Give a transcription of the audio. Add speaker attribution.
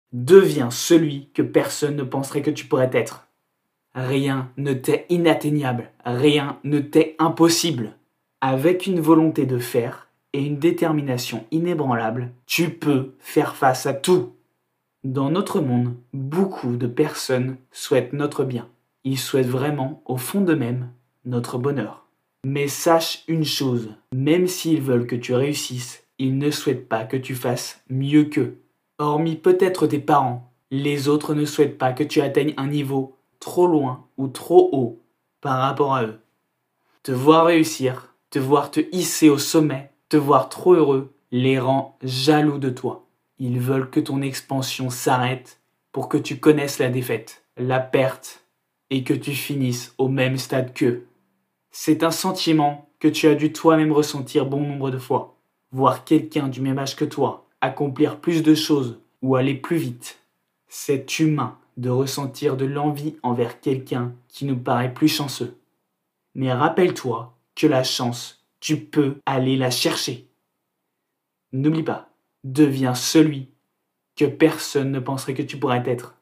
Speaker 1: Deviens celui que personne ne penserait que tu pourrais être. Rien ne t'est inatteignable, rien ne t'est impossible. Avec une volonté de faire et une détermination inébranlable, tu peux faire face à tout. Dans notre monde, beaucoup de personnes souhaitent notre bien. Ils souhaitent vraiment, au fond d'eux-mêmes, notre bonheur. Mais sache une chose, même s'ils veulent que tu réussisses, ils ne souhaitent pas que tu fasses mieux qu'eux. Hormis peut-être tes parents, les autres ne souhaitent pas que tu atteignes un niveau trop loin ou trop haut par rapport à eux. Te voir réussir, te voir te hisser au sommet, te voir trop heureux, les rend jaloux de toi. Ils veulent que ton expansion s'arrête pour que tu connaisses la défaite, la perte et que tu finisses au même stade qu'eux. C'est un sentiment que tu as dû toi-même ressentir bon nombre de fois. Voir quelqu'un du même âge que toi accomplir plus de choses ou aller plus vite. C'est humain de ressentir de l'envie envers quelqu'un qui nous paraît plus chanceux. Mais rappelle-toi que la chance, tu peux aller la chercher. N'oublie pas, deviens celui que personne ne penserait que tu pourrais être.